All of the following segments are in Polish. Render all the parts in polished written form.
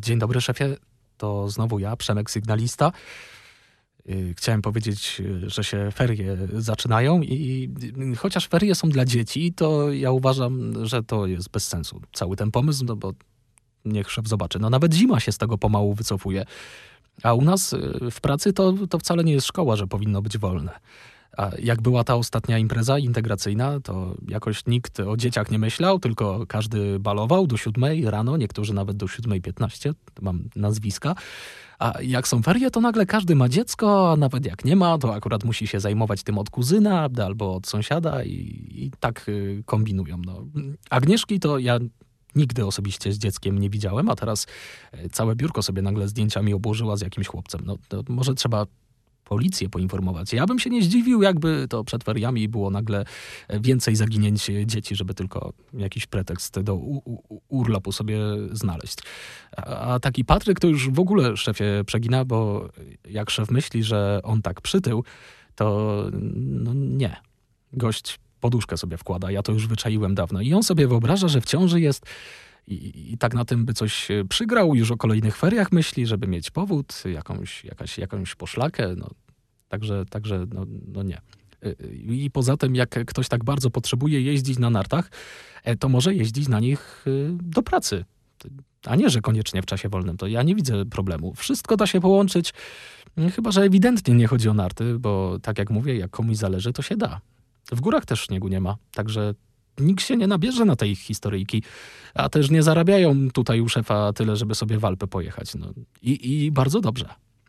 Dzień dobry, szefie. To znowu ja, Przemek Sygnalista. Chciałem powiedzieć, że się ferie zaczynają i chociaż ferie są dla dzieci, to ja uważam, że to jest bez sensu. Cały ten pomysł, no bo niech szef zobaczy. No nawet zima się z tego pomału wycofuje. A u nas w pracy to wcale nie jest szkoła, że powinno być wolne. A jak była ta ostatnia impreza integracyjna, to jakoś nikt o dzieciach nie myślał, tylko każdy balował do 7 rano, niektórzy nawet do 7:15, mam nazwiska. A jak są ferie, to nagle każdy ma dziecko, a nawet jak nie ma, to akurat musi się zajmować tym od kuzyna albo od sąsiada i tak kombinują. No. Agnieszki to ja nigdy osobiście z dzieckiem nie widziałem, a teraz całe biurko sobie nagle zdjęciami obłożyła z jakimś chłopcem. No to może trzeba policję poinformować. Ja bym się nie zdziwił, jakby to przed feriami było nagle więcej zaginięć dzieci, żeby tylko jakiś pretekst do urlopu sobie znaleźć. A taki Patryk to już w ogóle szefie przegina, bo jak szef myśli, że on tak przytył, to no nie. Gość poduszkę sobie wkłada, ja to już wyczaiłem dawno. I on sobie wyobraża, że w ciąży jest i tak na tym by coś przygrał, już o kolejnych feriach myśli, żeby mieć powód, jakąś poszlakę, no. Także no nie. I poza tym, jak ktoś tak bardzo potrzebuje jeździć na nartach, to może jeździć na nich do pracy. A nie, że koniecznie w czasie wolnym. To ja nie widzę problemu. Wszystko da się połączyć, chyba że ewidentnie nie chodzi o narty, bo tak jak mówię, jak komuś zależy, to się da. W górach też śniegu nie ma, także nikt się nie nabierze na tej historyjki, a też nie zarabiają tutaj u szefa tyle, żeby sobie w Alpy pojechać. No. I bardzo dobrze.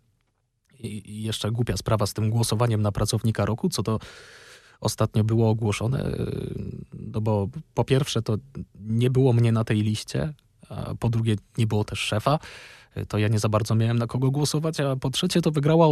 I jeszcze głupia sprawa z tym głosowaniem na pracownika roku, co to ostatnio było ogłoszone, no bo po pierwsze to nie było mnie na tej liście, a po drugie nie było też szefa, to ja nie za bardzo miałem na kogo głosować, a po trzecie to wygrała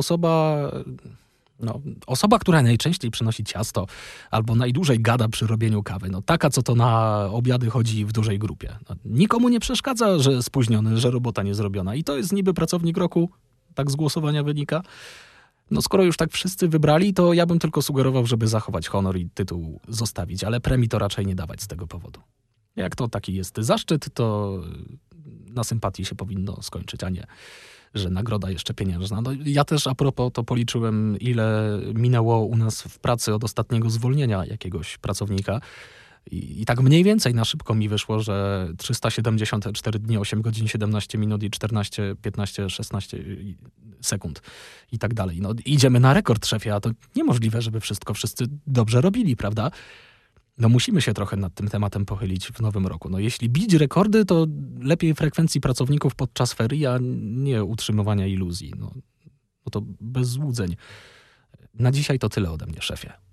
osoba, która najczęściej przynosi ciasto albo najdłużej gada przy robieniu kawy. No taka, co to na obiady chodzi w dużej grupie. No, nikomu nie przeszkadza, że spóźniony, że robota nie zrobiona. I to jest niby pracownik roku, tak z głosowania wynika. No skoro już tak wszyscy wybrali, to ja bym tylko sugerował, żeby zachować honor i tytuł zostawić, ale premii to raczej nie dawać z tego powodu. Jak to taki jest zaszczyt, to na sympatii się powinno skończyć, a nie że nagroda jeszcze pieniężna. No, ja też a propos to policzyłem, ile minęło u nas w pracy od ostatniego zwolnienia jakiegoś pracownika. I tak mniej więcej na szybko mi wyszło, że 374 dni, 8 godzin, 17 minut i 14, 15, 16 sekund i tak dalej. No, idziemy na rekord, szefie, a to niemożliwe, żeby wszystko wszyscy dobrze robili, prawda? No musimy się trochę nad tym tematem pochylić w nowym roku. No jeśli bić rekordy, to lepiej frekwencji pracowników podczas ferii, a nie utrzymywania iluzji. No to bez złudzeń. Na dzisiaj to tyle ode mnie, szefie.